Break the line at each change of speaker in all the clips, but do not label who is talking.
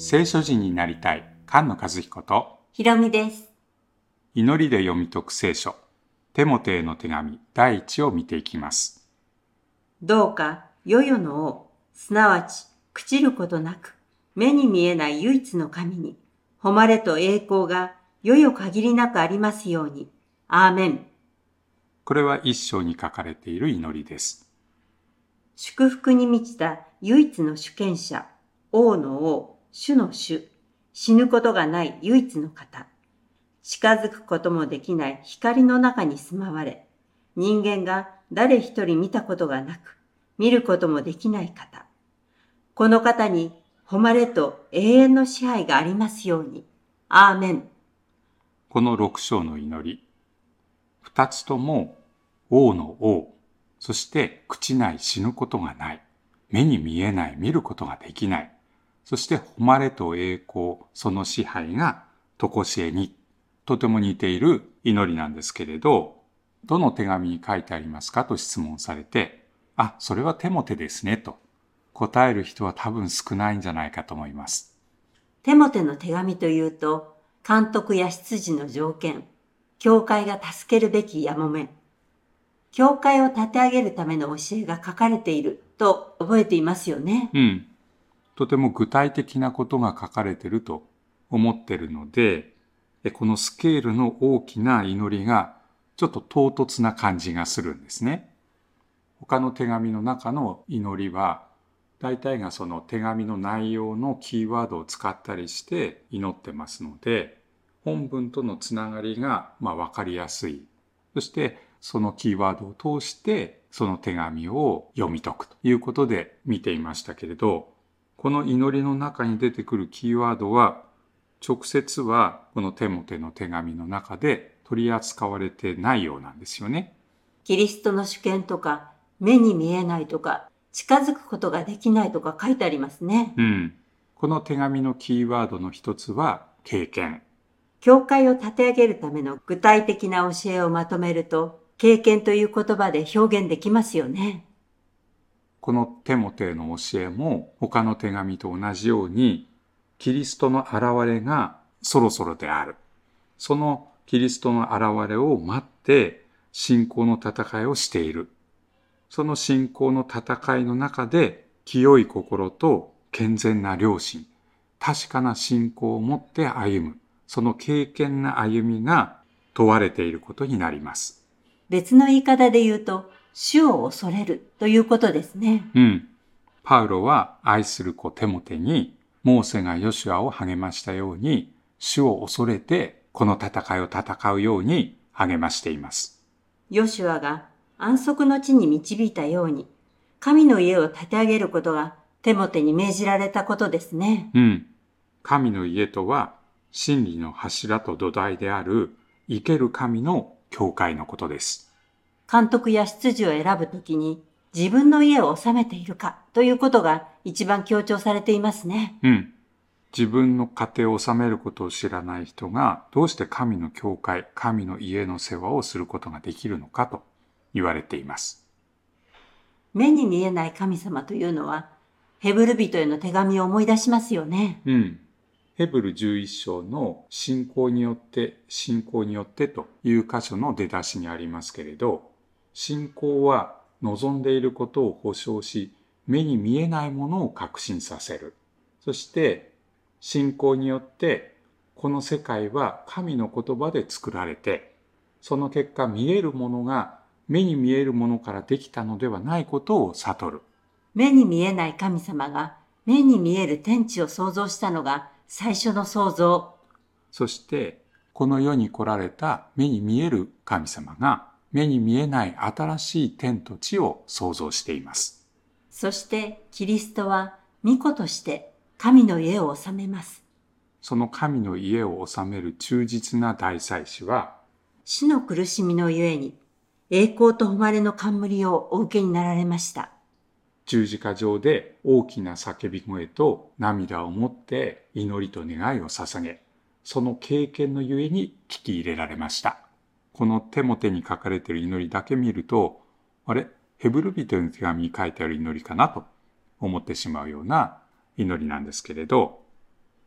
聖書人になりたい菅野和彦と
ひろみです。
祈りで読み解く聖書テモテへの手紙第1を見ていきます。
どうか世々の王、すなわち朽ちることなく目に見えない唯一の神に誉れと栄光が世々限りなくありますように。アーメン。
これは一章に書かれている祈りです。
祝福に満ちた唯一の主権者、王の王、主の主、死ぬことがない唯一の方、近づくこともできない光の中に住まわれ、人間が誰一人見たことがなく、見ることもできない方。この方に誉れと永遠の支配がありますように。アーメン。
この6章の祈り、2つとも王の王、そして朽ちない死ぬことがない、目に見えない見ることができない、そして誉れと栄光、その支配が常しえに、とても似ている祈りなんですけれど、どの手紙に書いてありますかと質問されて、それはテモテですねと答える人は多分少ないんじゃないかと思います。
テモテの手紙というと、監督や執事の条件、教会が助けるべきやもめ、教会を立て上げるための教えが書かれていると覚えていますよね。
とても具体的なことが書かれていると思っているので、このスケールの大きな祈りがちょっと唐突な感じがするんですね。他の手紙の中の祈りは、大体がその手紙の内容のキーワードを使ったりして祈ってますので、本文とのつながりが分かりやすい。そしてそのキーワードを通してその手紙を読み解くということで見ていましたけれど、この祈りの中に出てくるキーワードは直接はこのテモテの手紙の中で取り扱われてないようなんですよね。
キリストの主権とか目に見えないとか近づくことができないとか書いてありますね。
この手紙のキーワードの一つは経験。
教会を立て上げるための具体的な教えをまとめると、経験という言葉で表現できますよね。
このテモテの教えも他の手紙と同じように、キリストの現れがそろそろである。そのキリストの現れを待って信仰の戦いをしている。その信仰の戦いの中で清い心と健全な良心、確かな信仰を持って歩む。その敬虔な歩みが問われていることになります。
別の言い方で言うと、主を恐れるということですね。
パウロは愛する子テモテに、モーセがヨシュアを励ましたように、主を恐れてこの戦いを戦うように励ましています。
ヨシュアが安息の地に導いたように、神の家を建て上げることがテモテに命じられたことですね。
神の家とは、真理の柱と土台である生ける神の教会のことです。
監督や執事を選ぶときに自分の家を治めているかということが一番強調されていますね。
自分の家庭を治めることを知らない人がどうして神の教会、神の家の世話をすることができるのかと言われています。
目に見えない神様というのはヘブル人への手紙を思い出しますよね。
ヘブル11章の信仰によってという箇所の出だしにありますけれど、信仰は望んでいることを保証し、目に見えないものを確信させる。そして信仰によってこの世界は神の言葉で作られて、その結果見えるものが目に見えるものからできたのではないことを悟る。
目に見えない神様が目に見える天地を創造したのが最初の創造。
そしてこの世に来られた目に見える神様が目に見えない新しい天と地を創造しています。
そしてキリストは御子として神の家を治めます。
その神の家を治める忠実な大祭司は、
死の苦しみのゆえに栄光と誉れの冠をお受けになられました。
十字架上で大きな叫び声と涙を持って祈りと願いを捧げ、その経験のゆえに聞き入れられました。このテモテに書かれている祈りだけ見ると、ヘブル人の手紙に書いてある祈りかなと思ってしまうような祈りなんですけれど、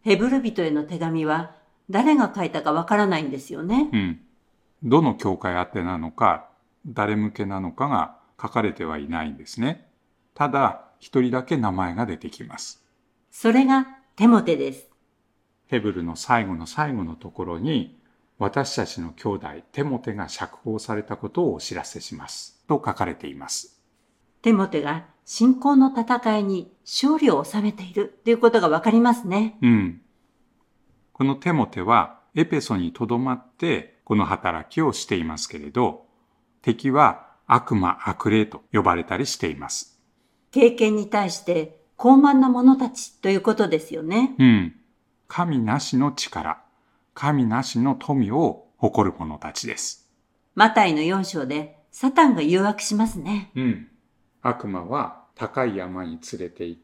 ヘブル人への手紙は誰が書いたかわからないんですよね。
どの教会宛てなのか、誰向けなのかが書かれてはいないんですね。ただ、一人だけ名前が出てきます。
それがテモテです。
ヘブルの最後の最後のところに、私たちの兄弟テモテが釈放されたことをお知らせします。と書かれています。
テモテが信仰の戦いに勝利を収めているということがわかりますね。
このテモテはエペソにとどまってこの働きをしていますけれど、敵は悪魔悪霊と呼ばれたりしています。
経験に対して高慢な者たちということですよね。
神なしの力、神なしの富を誇る者たちです。
マタイの4章でサタンが誘惑しますね。
悪魔は高い山に連れて行って、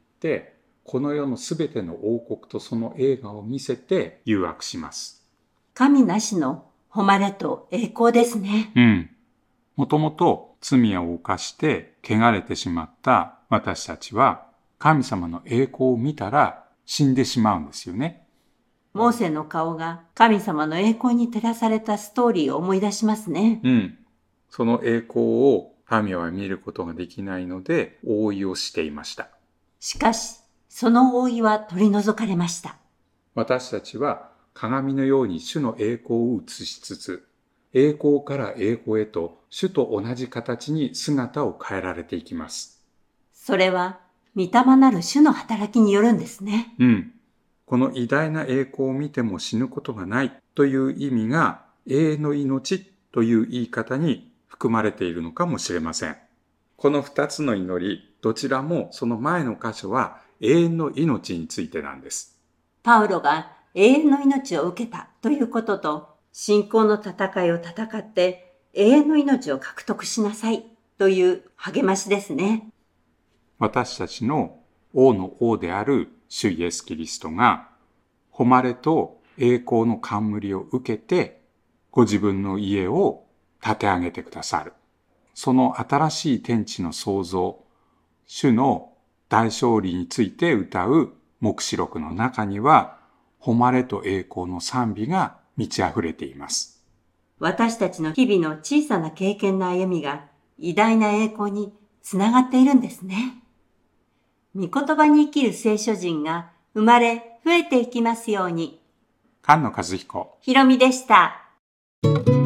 この世のすべての王国とその栄華を見せて誘惑します。
神なしの誉れと栄光ですね。
もともと罪を犯して汚れてしまった私たちは、神様の栄光を見たら死んでしまうんですよね。
モーセの顔が神様の栄光に照らされたストーリーを思い出しますね。
その栄光を神は見ることができないので覆いをしていました。
しかし、その覆いは取り除かれました。
私たちは鏡のように主の栄光を映しつつ、栄光から栄光へと主と同じ形に姿を変えられていきます。
それは、御霊なる主の働きによるんですね。
この偉大な栄光を見ても死ぬことがないという意味が、永遠の命という言い方に含まれているのかもしれません。この2つの祈り、どちらもその前の箇所は永遠の命についてなんです。
パウロが永遠の命を受けたということと、信仰の戦いを戦って永遠の命を獲得しなさいという励ましですね。
私たちの王の王である主イエスキリストが、誉れと栄光の冠を受けて、ご自分の家を建て上げてくださる。その新しい天地の創造、主の大勝利について歌う黙示録の中には、誉れと栄光の賛美が満ち溢れています。
私たちの日々の小さな経験の歩みが偉大な栄光につながっているんですね。御言葉に生きる聖書人が生まれ増えていきますように。
菅野和彦、
ひろみでした。